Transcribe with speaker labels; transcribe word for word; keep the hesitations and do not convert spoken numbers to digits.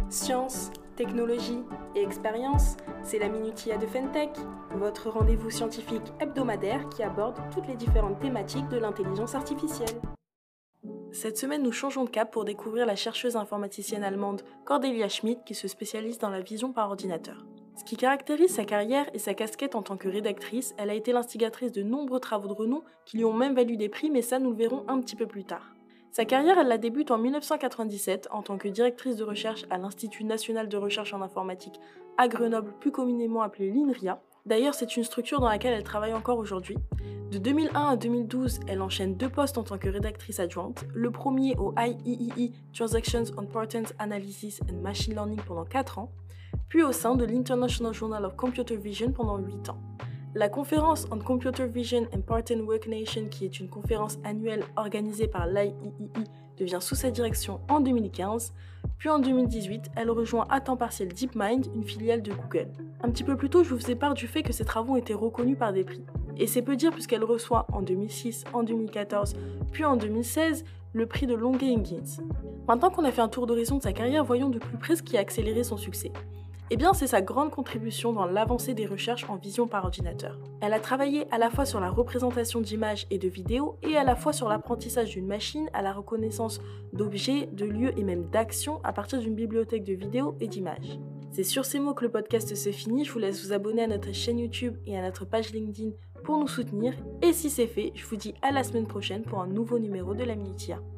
Speaker 1: Science, technologie et expérience, c'est la Minutia de Fentech, votre rendez-vous scientifique hebdomadaire qui aborde toutes les différentes thématiques de l'intelligence artificielle. Cette semaine, nous changeons de cap pour découvrir la chercheuse informaticienne allemande Cordelia Schmidt qui se spécialise dans la vision par ordinateur. Ce qui caractérise sa carrière et sa casquette en tant que rédactrice, elle a été l'instigatrice de nombreux travaux de renom qui lui ont même valu des prix, mais ça nous le verrons un petit peu plus tard. Sa carrière, elle la débute en dix-neuf cent quatre-vingt-dix-sept en tant que directrice de recherche à l'Institut national de recherche en informatique à Grenoble, plus communément appelé l'INRIA. D'ailleurs, c'est une structure dans laquelle elle travaille encore aujourd'hui. De deux mille un à deux mille douze, elle enchaîne deux postes en tant que rédactrice adjointe, le premier au I E E E Transactions on Pattern Analysis and Machine Learning pendant quatre ans, puis au sein de l'International Journal of Computer Vision pendant huit ans. La conférence on Computer Vision and Pattern Recognition, qui est une conférence annuelle organisée par l'I E E E, devient sous sa direction en deux mille quinze, puis en deux mille dix-huit, elle rejoint à temps partiel DeepMind, une filiale de Google. Un petit peu plus tôt, je vous faisais part du fait que ses travaux ont été reconnus par des prix. Et c'est peu dire puisqu'elle reçoit en deux mille six, en deux mille quatorze, puis en deux mille seize, le prix de Longue-Higgins. Maintenant qu'on a fait un tour d'horizon de sa carrière, voyons de plus près ce qui a accéléré son succès. Eh bien, c'est sa grande contribution dans l'avancée des recherches en vision par ordinateur. Elle a travaillé à la fois sur la représentation d'images et de vidéos, et à la fois sur l'apprentissage d'une machine à la reconnaissance d'objets, de lieux et même d'actions à partir d'une bibliothèque de vidéos et d'images. C'est sur ces mots que le podcast se finit. Je vous laisse vous abonner à notre chaîne YouTube et à notre page LinkedIn pour nous soutenir. Et si c'est fait, je vous dis à la semaine prochaine pour un nouveau numéro de la Minutia.